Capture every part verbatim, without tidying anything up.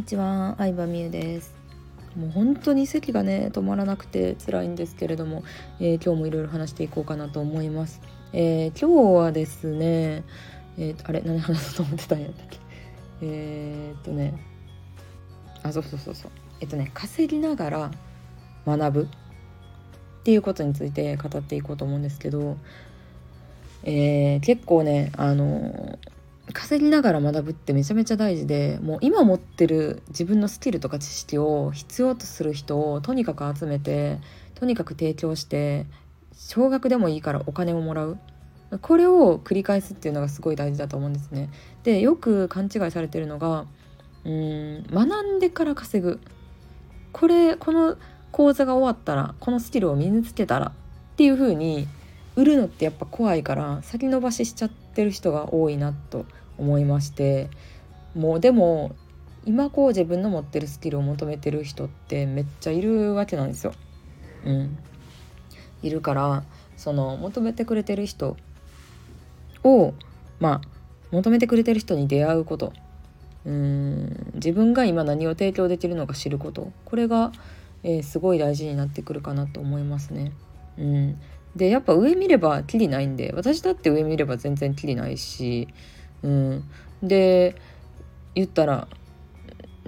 ちは、相葉美優です。もう本当に咳がね止まらなくて辛いんですけれども、えー、今日もいろいろ話していこうかなと思います。えー、今日はですね、えー、あれ何話そうと思ってたんやったっけえー、っとねあそうそうそうそうえっとね稼ぎながら学ぶっていうことについて語っていこうと思うんですけど、えー、結構ねあのー稼ぎながら学ぶってめちゃめちゃ大事で、もう今持ってる自分のスキルとか知識を必要とする人をとにかく集めて、とにかく提供して、少額でもいいからお金をもらう、これを繰り返すっていうのがすごい大事だと思うんですね。で、よく勘違いされてるのが、うーん学んでから稼ぐ、これこの講座が終わったら、このスキルを身につけたらっていう風に売るのってやっぱ怖いから先延ばししちゃってる人が多いなと思いまして、もうでも今こう自分の持ってるスキルを求めてる人ってめっちゃいるわけなんですよ。うん、いるから、その求めてくれてる人をまあ求めてくれてる人に出会うこと、うーん自分が今何を提供できるのか知ること、これが、えーすごい大事になってくるかなと思いますね。うん、でやっぱ上見ればキリないんで、私だって上見れば全然キリないし、うん、で言ったら、うん、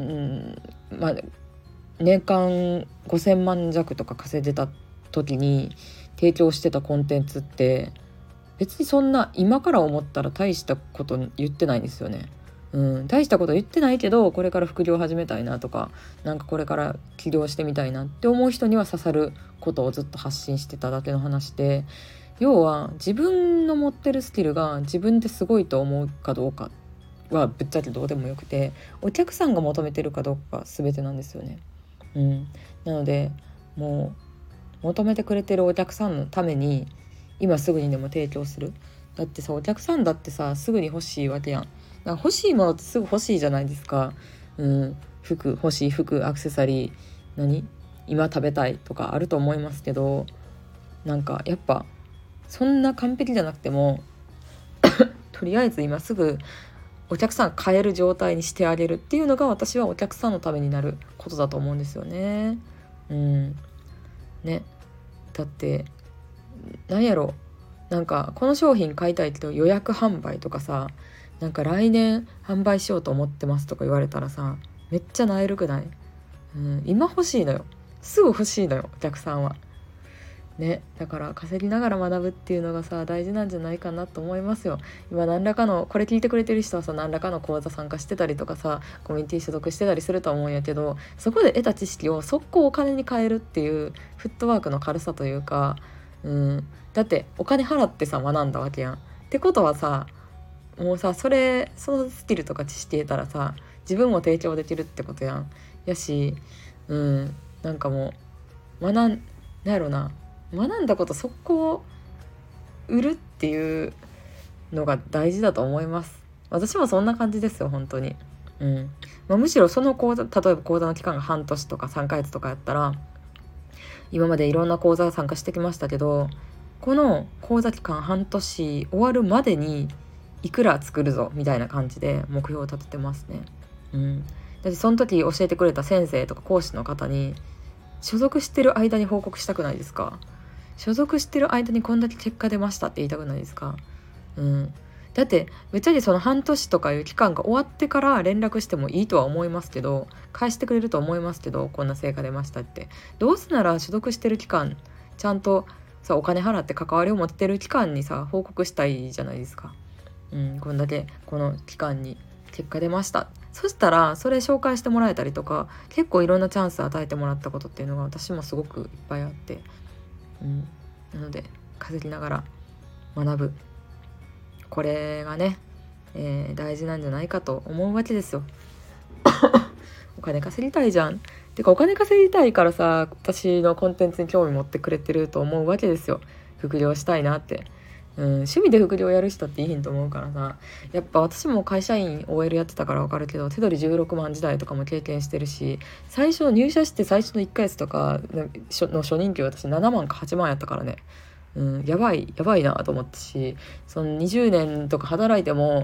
まあ年間ごせんまん弱とか稼いでた時に提供してたコンテンツって別にそんな今から思ったら大したこと言ってないんですよね。うん、大したこと言ってないけど、これから副業始めたいなとか、なんかこれから起業してみたいなって思う人には刺さることをずっと発信してただけの話で、要は自分の持ってるスキルが自分ですごいと思うかどうかはぶっちゃけどうでもよくて、お客さんが求めてるかどうかが全てなんですよね。うん、なのでもう求めてくれてるお客さんのために今すぐにでも提供する。だってさ、お客さんだってさすぐに欲しいわけやん。だから欲しいものってすぐ欲しいじゃないですか。うん、服欲しい、服、アクセサリー、何今食べたいとかあると思いますけど、なんかやっぱそんな完璧じゃなくてもとりあえず今すぐお客さん買える状態にしてあげるっていうのが、私はお客さんのためになることだと思うんですよね。うんね、だってなんやろ、なんかこの商品買いたいけど予約販売とかさ、なんか来年販売しようと思ってますとか言われたらさ、めっちゃなえるくない？うん、今欲しいのよ、すぐ欲しいのよお客さんはね。だから稼ぎながら学ぶっていうのがさ大事なんじゃないかなと思いますよ。今何らかの、これ聞いてくれてる人はさ何らかの講座参加してたりとかさ、コミュニティ所属してたりすると思うんやけど、そこで得た知識を速攻お金に変えるっていうフットワークの軽さというか、うん、だってお金払ってさ学んだわけやん。ってことはさ、もうさそれそのスキルとか知識得たらさ自分も提供できるってことやん。やし、うんなんかもう学んなんやろな、学んだこと速攻売るっていうのが大事だと思います。私もそんな感じですよ本当に。うんまあ、むしろその講座、例えば講座の期間が半年とかさんかげつとかやったら、今までいろんな講座参加してきましたけど、この講座期間半年終わるまでにいくら作るぞみたいな感じで目標を立ててますね。うん、だってその時教えてくれた先生とか講師の方に所属してる間に報告したくないですか？所属してる間にこんだけ結果出ましたって言いたくないですか？うん、だってぶっちゃけその半年とかいう期間が終わってから連絡してもいいとは思いますけど、返してくれると思いますけど、こんな成果出ましたって、どうせなら所属してる期間ちゃんとさお金払って関わりを持ってる期間にさ報告したいじゃないですか。うん、こんだけこの期間に結果出ました、そしたらそれ紹介してもらえたりとか、結構いろんなチャンス与えてもらったことっていうのが私もすごくいっぱいあって、うん、なので稼ぎながら学ぶ、これがね、えー、大事なんじゃないかと思うわけですよ。お金稼ぎたいじゃん。てかお金稼ぎたいからさ私のコンテンツに興味持ってくれてると思うわけですよ。副業したいなって、うん、趣味で副業やる人っていいんと思うからさ、やっぱ私も会社員 オーエル やってたから分かるけど、手取りじゅうろくまん時代とかも経験してるし、最初入社して最初のいっかげつとかの初任給私ななまんかはちまんやったからね。うん、やばいやばいなと思ったし、そのにじゅうねんとか働いても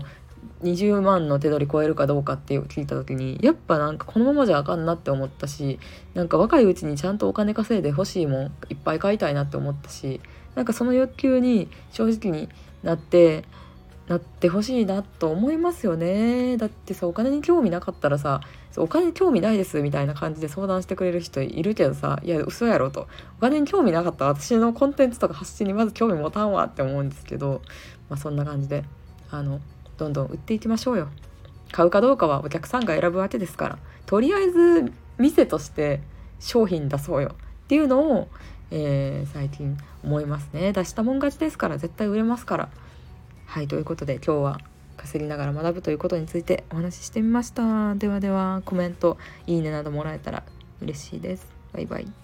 にじゅうまんの手取り超えるかどうかって聞いた時に、やっぱなんかこのままじゃあかんなって思ったし、なんか若いうちにちゃんとお金稼いで欲しいもんいっぱい買いたいなって思ったし、なんかその欲求に正直になってなってほしいなと思いますよね。だってさ、お金に興味なかったらさ、お金に興味ないですみたいな感じで相談してくれる人いるけどさ、いや嘘やろと、お金に興味なかったら私のコンテンツとか発信にまず興味持たんわって思うんですけど、まあそんな感じであのどんどん売っていきましょうよ。買うかどうかはお客さんが選ぶわけですから、とりあえず店として商品出そうよっていうのを、えー、最近思いますね。出したもん勝ちですから、絶対売れますから。はい、ということで今日は稼ぎながら学ぶということについてお話ししてみました。ではでは、コメントいいねなどもらえたら嬉しいです。バイバイ。